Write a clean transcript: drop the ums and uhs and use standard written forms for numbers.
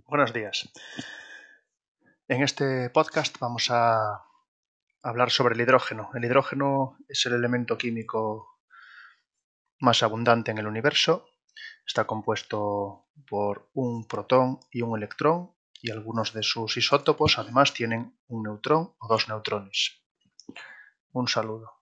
Buenos días. En este podcast vamos a hablar sobre el hidrógeno. El hidrógeno es el elemento químico más abundante en el universo. Está compuesto por un protón y un electrón, y algunos de sus isótopos además tienen un neutrón o dos neutrones. Un saludo.